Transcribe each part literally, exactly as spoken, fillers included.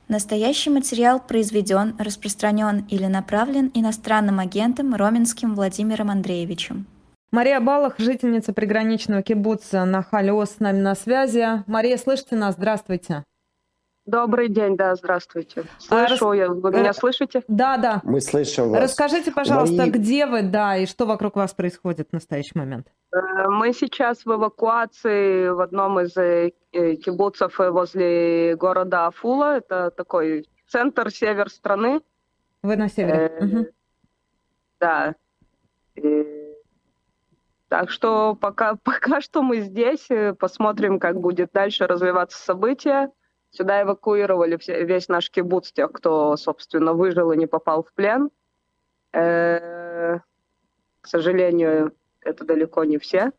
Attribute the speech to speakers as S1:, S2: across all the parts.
S1: Настоящий материал произведен, распространен или направлен иностранным агентом Роменским Владимиром Андреевичем.
S2: Мария Балах, жительница приграничного кибуца Нахаль-Оз, с нами на связи. Мария, слышите нас? Здравствуйте.
S3: Добрый день, да, здравствуйте. Слышу,
S2: А,
S3: я, вы меня слышите?
S2: Да, да.
S4: Мы слышим вас.
S2: Расскажите, пожалуйста,
S4: Мария...
S2: где вы, да, и что вокруг вас происходит в настоящий момент?
S3: Мы сейчас в эвакуации в одном из кибуцев возле города Афула. Это такой центр, север страны.
S2: Вы на севере?
S3: Э,
S2: угу.
S3: Да. И... Так что пока, пока что мы здесь, посмотрим, как будет дальше развиваться события. Сюда эвакуировали все, весь наш кибуц, тех, кто, собственно, выжил и не попал в плен. Э-э- к сожалению, это далеко не все.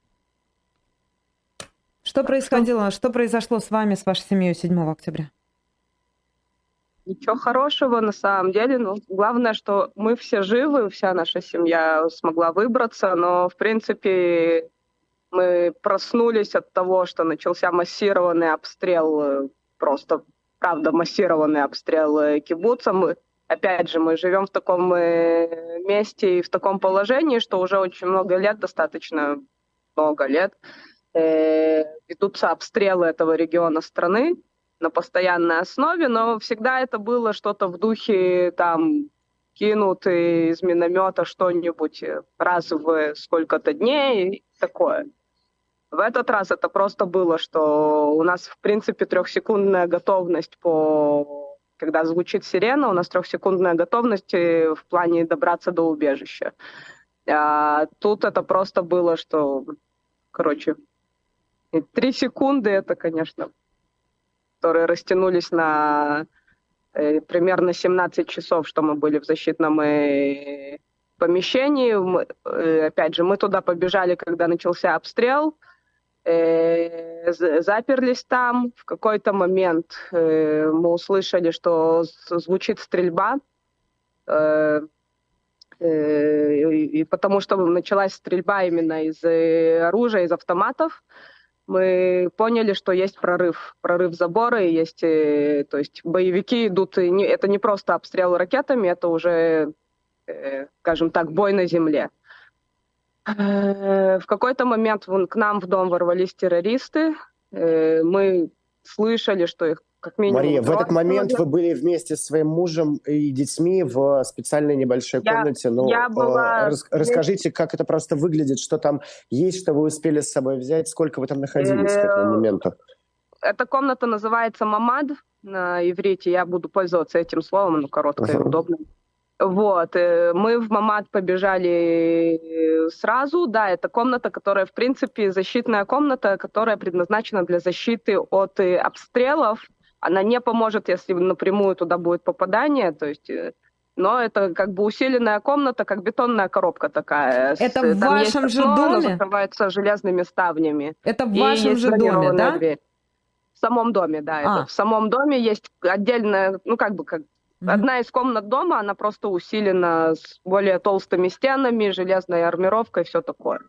S2: Что происходило, что произошло с вами, с вашей семьей седьмого октября?
S3: Ничего хорошего на самом деле. Ну, главное, что мы все живы, вся наша семья смогла выбраться, но, в принципе, мы проснулись от того, что начался массированный обстрел, просто, правда, массированный обстрел кибуца. Мы, опять же, мы живем в таком месте и в таком положении, что уже очень много лет, достаточно много лет, э, ведутся обстрелы этого региона страны на постоянной основе, но всегда это было что-то в духе, там, кинут из миномета что-нибудь раз в сколько-то дней, такое. В этот раз это просто было, что у нас, в принципе, трехсекундная готовность по... Когда звучит сирена, у нас трехсекундная готовность в плане добраться до убежища. А тут это просто было, что, короче, три секунды это, конечно, которые растянулись на э, примерно семнадцать часов, что мы были в защитном э, помещении. Мы, э, опять же, мы туда побежали, когда начался обстрел. Заперлись там. В какой-то момент э, мы услышали, что звучит стрельба. Э, э, и потому что началась стрельба именно из оружия, из автоматов, мы поняли, что есть прорыв. Прорыв забора, и есть, э, то есть боевики идут. И не, это не просто обстрел ракетами, это уже, э, скажем так, бой на земле. В какой-то момент к нам в дом ворвались террористы. Мы слышали, что их как минимум...
S4: Мария, в этот момент вы были вместе с своим мужем и детьми в специальной небольшой
S3: я,
S4: комнате. Ну,
S3: я была...
S4: рас, расскажите, как это просто выглядит, что там есть, что вы успели с собой взять, сколько вы там находились к этому моменту?
S3: Эта комната называется мамад на иврите. Я буду пользоваться этим словом, оно короткое и удобное. Вот, мы в мамад побежали сразу, да, это комната, которая, в принципе, защитная комната, которая предназначена для защиты от обстрелов. Она не поможет, если напрямую туда будет попадание, то есть, но это как бы усиленная комната, как бетонная коробка такая.
S2: Это в
S3: Там
S2: вашем
S3: есть
S2: же
S3: окно,
S2: доме?
S3: оно закрывается железными ставнями.
S2: Это в вашем же доме, да?
S3: Дверь. В самом доме, да,
S2: а.
S3: это в самом доме есть отдельная, ну как бы как одна из комнат дома, она просто усилена с более толстыми стенами, железной армировкой, все такое.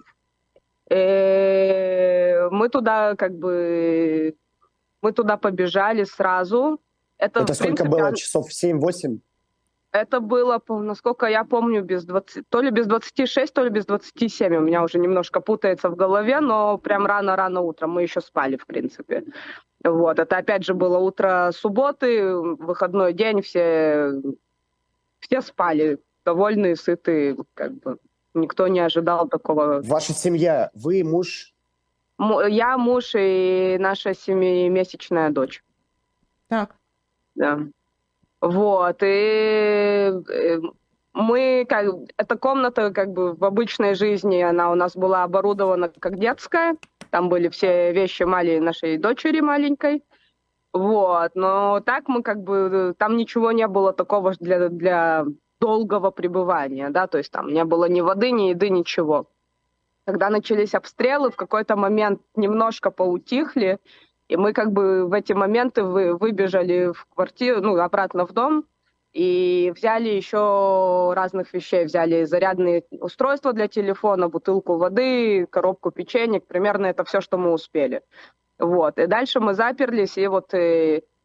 S3: И мы туда как бы, мы туда побежали сразу. Это,
S4: это сколько принципе, было? Часов семь-восемь?
S3: Это было, насколько я помню, без двадцати, то ли без двадцати шести, то ли без двадцати семи. У меня уже немножко путается в голове, но прям рано-рано утром. Мы еще спали, в принципе. Вот, это опять же было утро субботы, выходной день, все, все спали, довольные, сытые, как бы никто не ожидал такого.
S4: Ваша семья, вы, муж?
S3: Я, муж и наша семимесячная дочь.
S2: Так.
S3: Да. Вот, и мы, как, эта комната как бы в обычной жизни, она у нас была оборудована как детская. Там были все вещи маленькой нашей дочери маленькой. Вот. Но так мы как бы... Там ничего не было такого для, для долгого пребывания, да, то есть там не было ни воды, ни еды, ничего. Когда начались обстрелы, в какой-то момент немножко поутихли, и мы как бы в эти моменты вы, выбежали в квартиру, ну, обратно в дом, и взяли еще разных вещей. Взяли зарядные устройства для телефона, бутылку воды, коробку печенья. Примерно это все, что мы успели. Вот. И дальше мы заперлись, и вот и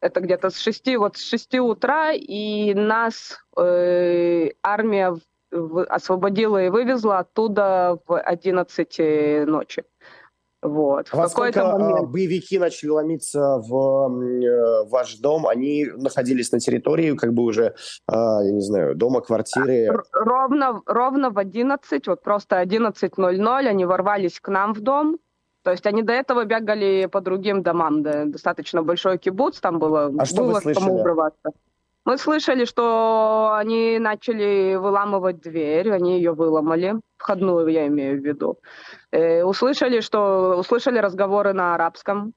S3: Это где-то с шести, вот с шести утра, и нас э, армия в- освободила и вывезла оттуда в одиннадцать ночи. Вот.
S4: А
S3: В
S4: во
S3: какой-то
S4: сколько а,
S3: момент.
S4: боевики начали ломиться в м, э, ваш дом? Они находились на территории, как бы уже, а, я не знаю, дома, квартиры?
S3: Р- Ровно, ровно в одиннадцать, вот просто одиннадцать ноль ноль, они ворвались к нам в дом. То есть они до этого бегали по другим домам, да, достаточно большой кибуц, там было,
S4: А что вы
S3: было кому
S4: слышали?
S3: укрываться. Мы слышали, что они начали выламывать дверь, они ее выломали, входную я имею в виду. Э, услышали, что услышали разговоры на арабском.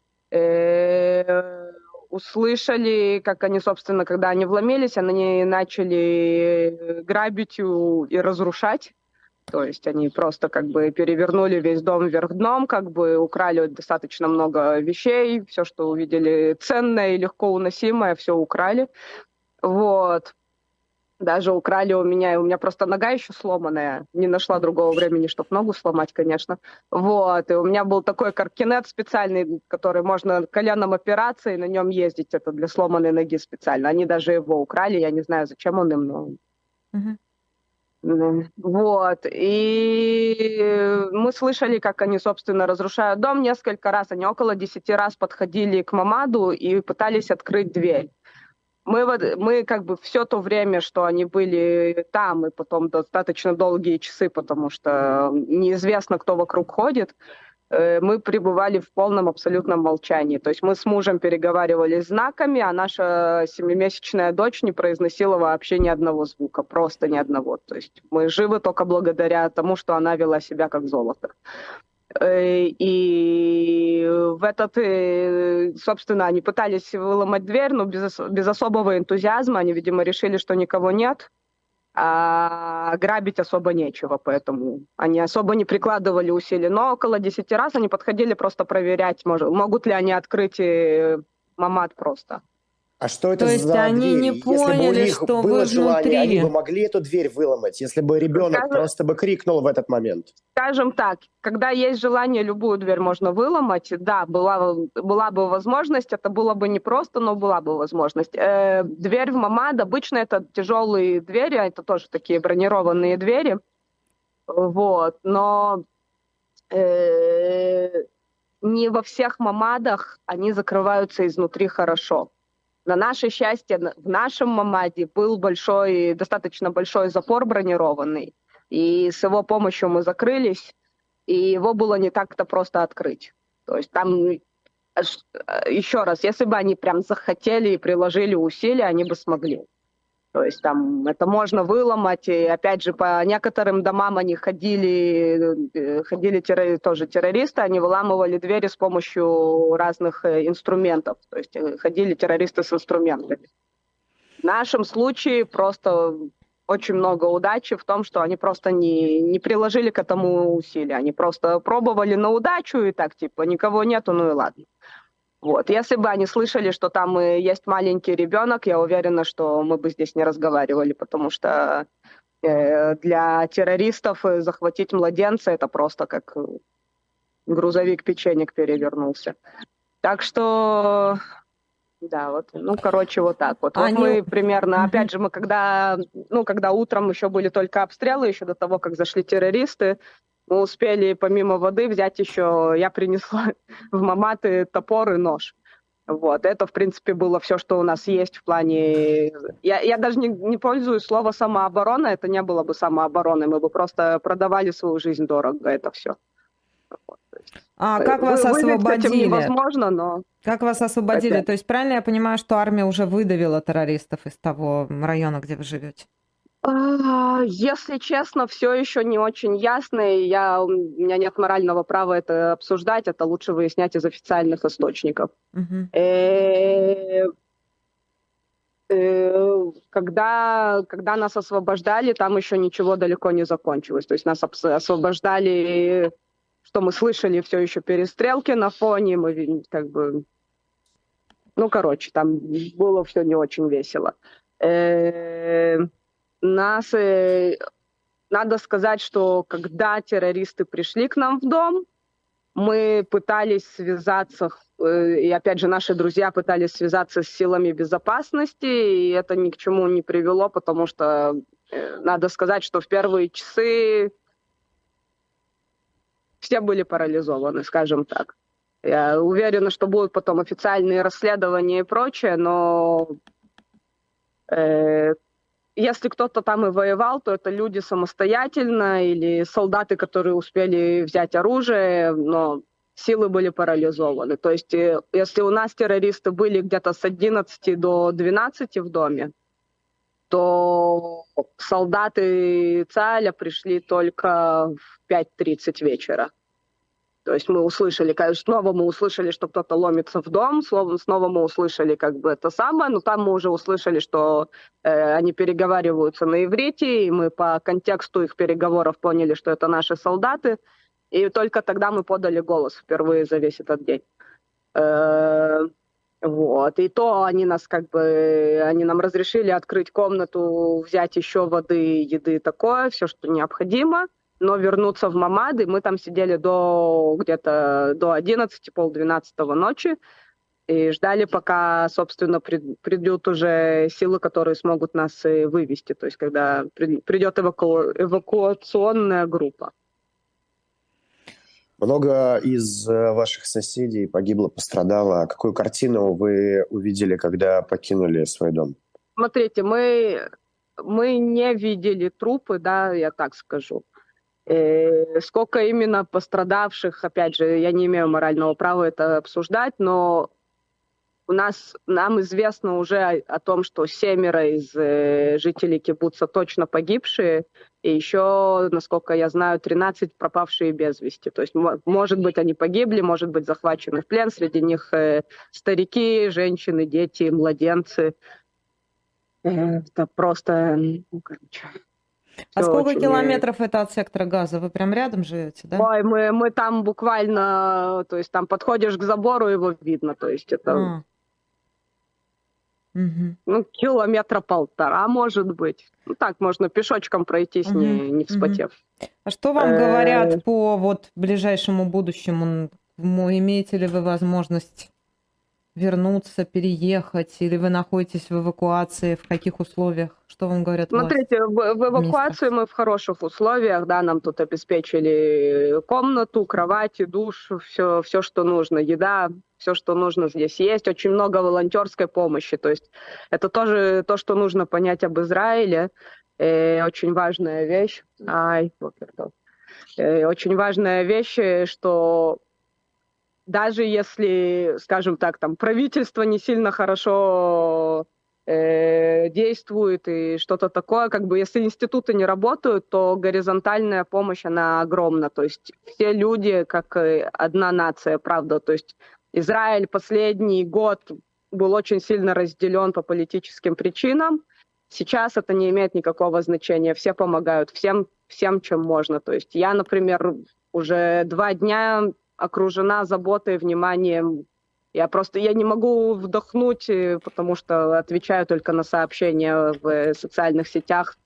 S3: Э, услышали, как они, собственно, когда они вломились, они начали грабить у- и разрушать. То есть они просто как бы перевернули весь дом вверх дном, как бы украли достаточно много вещей, все, что увидели ценное и легко уносимое, все украли. Вот. Даже украли у меня, и у меня просто нога еще сломанная. Не нашла другого времени, чтобы ногу сломать, конечно. Вот. И у меня был такой каркинет специальный, который можно коленом опираться и на нем ездить. Это для сломанной ноги специально. Они даже его украли, я не знаю, зачем он им, но...
S2: Мгм.
S3: М, Вот. И мы слышали, как они, собственно, разрушают дом несколько раз. Они около десяти раз подходили к Мамаду и пытались открыть дверь. Мы, вот, мы как бы все то время, что они были там, и потом достаточно долгие часы, потому что неизвестно, кто вокруг ходит, э, мы пребывали в полном абсолютном молчании. То есть мы с мужем переговаривались знаками, а наша семимесячная дочь не произносила вообще ни одного звука, просто ни одного. То есть мы живы только благодаря тому, что она вела себя как золото. Э, И в этот, э, собственно, они пытались выломать дверь, но без, ос- без особого энтузиазма. Они, видимо, решили, что никого нет, а грабить особо нечего, поэтому они особо не прикладывали усилий. Но около десяти раз они подходили просто проверять, может, могут ли они открыть э, Мамат просто.
S4: А что это
S2: То есть
S4: за
S2: они
S4: дверь?
S2: не
S4: Если бы у
S2: поняли,
S4: них
S2: что
S4: было
S2: вы
S4: желание, они бы
S2: внутри.
S4: могли эту дверь выломать, если бы ребенок
S3: Скажем,
S4: просто бы крикнул в этот момент.
S3: скажем так, когда есть желание, любую дверь можно выломать. Да, была, была бы возможность, это было бы непросто, но была бы возможность. Э, дверь в Мамад, обычно это тяжелые двери, это тоже такие бронированные двери. Вот, но э, не во всех Мамадах они закрываются изнутри хорошо. На наше счастье, на- в нашем Мамаде был большой, достаточно большой запор бронированный, и с его помощью мы закрылись, и его было не так-то просто открыть. То есть там, э, ш- э, еще раз, если бы они прям захотели и приложили усилия, они бы смогли. То есть там это можно выломать, и опять же по некоторым домам они ходили, э, ходили терро- тоже террористы, они выламывали двери с помощью разных э, инструментов, то есть э, ходили террористы с инструментами. В нашем случае просто очень много удачи в том, что они просто не, не приложили к этому усилия, они просто пробовали на удачу и так типа никого нету, ну и ладно. Вот. Если бы они слышали, что там и есть маленький ребенок, я уверена, что мы бы здесь не разговаривали, потому что э, для террористов э, захватить младенца это просто как э, грузовик печенек перевернулся. Так что, да, вот, ну, короче, вот так вот. Вот
S2: Они...
S3: мы примерно,
S2: Мгм.
S3: опять же, мы когда, ну, когда утром еще были только обстрелы, еще до того, как зашли террористы, мы успели помимо воды взять еще, я принесла в Маматы топор и нож. Вот, это, в принципе, было все, что у нас есть в плане... Я, я даже не, не пользуюсь словом самооборона, это не было бы самообороной, мы бы просто продавали свою жизнь дорого, это все.
S2: А как вас
S3: Вы, выжить с этим
S2: освободили?
S3: невозможно, но...
S2: Как вас освободили?
S3: Опять.
S2: То есть правильно я понимаю, что армия уже выдавила террористов из того района, где вы живете?
S3: А, Если честно, все еще не очень ясно, и я, у меня нет морального права это обсуждать, это лучше выяснять из официальных источников.
S2: Мгм.
S3: Э, э, Когда, когда нас освобождали, там еще ничего далеко не закончилось. То есть нас обс- освобождали, что мы слышали, все еще перестрелки на фоне, мы ви- как бы... Ну, короче, там было все не очень весело. Э, Нас... э, Надо сказать, что когда террористы пришли к нам в дом, мы пытались связаться, э, и опять же наши друзья пытались связаться с силами безопасности, и это ни к чему не привело, потому что э, надо сказать, что в первые часы все были парализованы, скажем так. Я уверена, что будут потом официальные расследования и прочее, но э, если кто-то там и воевал, то это люди самостоятельно или солдаты, которые успели взять оружие, но силы были парализованы. То есть э, если у нас террористы были где-то с одиннадцати до двенадцати в доме, то солдаты ЦАля пришли только в пять тридцать вечера. То есть мы услышали, снова мы услышали, что кто-то ломится в дом, снова мы услышали как бы это самое, но там мы уже услышали, что э, они переговариваются на иврите, и мы по контексту их переговоров поняли, что это наши солдаты, и только тогда мы подали голос впервые за весь этот день. Э, вот, и то они нас как бы, они нам разрешили открыть комнату, взять еще воды, еды, такое, все, что необходимо. Но вернуться в Мамад, и мы там сидели до где-то до одиннадцати, полдвенадцатого ночи и ждали, пока, собственно, придут уже силы, которые смогут нас вывести, то есть когда придет эваку... эвакуационная группа.
S4: Много из ваших соседей погибло, пострадало. Какую картину вы увидели, когда покинули свой дом?
S3: Смотрите, мы, мы не видели трупы, да, я так скажу. Сколько именно пострадавших, опять же, я не имею морального права это обсуждать, но у нас, нам известно уже о, о том, что семеро из э, жителей кибуца точно погибшие, и еще, насколько я знаю, тринадцать пропавшие без вести. То есть, может быть, они погибли, может быть, захвачены в плен, среди них э, старики, женщины, дети, младенцы. Это просто, ну, короче...
S2: А сколько километров это от сектора Газа? Вы прям рядом живете, да?
S3: Ой, мы, мы там буквально, то есть там подходишь к забору, его видно, то есть это
S2: а. угу.
S3: ну, километра полтора, может быть. Ну так, можно пешочком пройтись, угу. не, не вспотев.
S2: Угу. А что вам говорят по вот ближайшему будущему? Имеете ли вы возможность вернуться, переехать, или вы находитесь в эвакуации, в каких условиях? Что вам говорят?
S3: Смотрите, в, в эвакуации мы в хороших условиях, да, нам тут обеспечили комнату, кровать, душ, все, все, что нужно, еда, все, что нужно здесь есть, очень много волонтерской помощи, то есть это тоже то, что нужно понять об Израиле, э, очень важная вещь, ай, э, очень важная вещь, что даже если, скажем так, там правительство не сильно хорошо э, действует и что-то такое, как бы если институты не работают, то горизонтальная помощь, она огромна. То есть все люди как одна нация, правда. То есть Израиль последний год был очень сильно разделен по политическим причинам. Сейчас это не имеет никакого значения. Все помогают всем, всем, чем можно. То есть я, например, уже два дня... окружена заботой, вниманием. Я просто я не могу вдохнуть, потому что отвечаю только на сообщения в социальных сетях.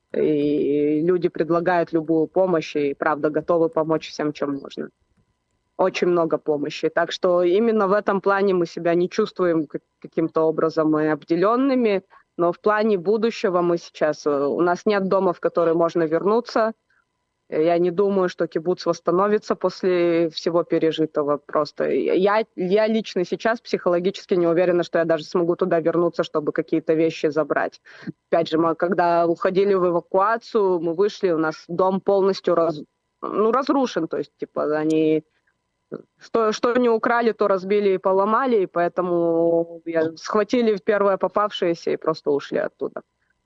S3: И люди предлагают любую помощь и, правда, готовы помочь всем, чем можно. Очень много помощи. Так что именно в этом плане мы себя не чувствуем каким-то образом обделенными. Но в плане будущего мы сейчас... У нас нет дома, в который можно вернуться. Я не думаю, что кибуц восстановится после всего пережитого. Просто я, я лично сейчас психологически не уверена, что я даже смогу туда вернуться, чтобы какие-то вещи забрать. Опять же, мы когда уходили в эвакуацию, мы вышли, у нас дом полностью раз, ну, разрушен. То есть, типа, они что, что не украли, то разбили и поломали, и поэтому я, схватили первое попавшееся и просто ушли оттуда.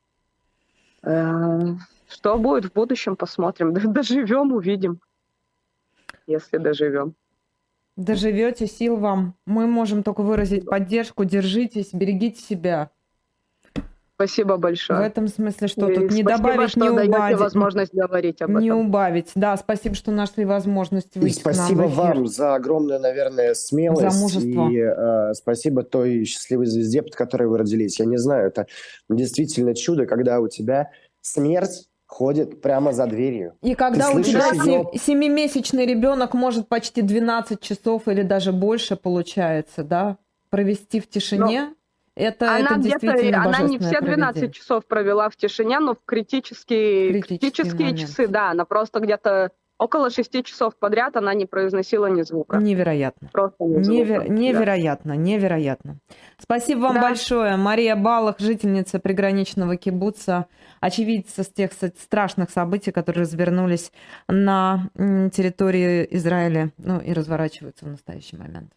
S3: Что будет в будущем, посмотрим. Доживем, увидим, если доживем.
S2: Доживете, сил вам. Мы можем только выразить поддержку. Держитесь, берегите себя.
S3: Спасибо большое.
S2: В этом смысле, что и тут не
S3: спасибо,
S2: добавить,
S3: что
S2: не убавить.
S3: Возможность говорить об
S2: не
S3: этом.
S2: Не убавить. Да, спасибо, что нашли возможность выйти
S4: и спасибо
S2: к нам в эфир.
S4: вам за огромную, наверное, смелость.
S2: За мужество.
S4: И э, спасибо той счастливой звезде, под которой вы родились. Я не знаю, это действительно чудо, когда у тебя смерть ходит прямо за дверью.
S2: И когда у
S4: слышишь
S2: тебя
S4: её-
S2: се- семимесячный ребенок может почти двенадцать часов или даже больше, получается, да, провести в тишине, это,
S3: Она
S2: это
S3: где-то,
S2: действительно
S3: она не
S2: божественное
S3: все двенадцать
S2: провидение.
S3: часов провела в тишине, но в критические,
S2: Критический
S3: критические
S2: момент.
S3: часы, да, она просто где-то около шести часов подряд она не произносила ни звука.
S2: Невероятно.
S3: Просто ни звука.
S2: Неве-
S3: Да.
S2: Невероятно, невероятно. Спасибо вам
S3: Да.
S2: большое. Мария Балах, жительница приграничного кибуца, очевидца с тех со- страшных событий, которые развернулись на м, территории Израиля, ну и разворачиваются в настоящий момент.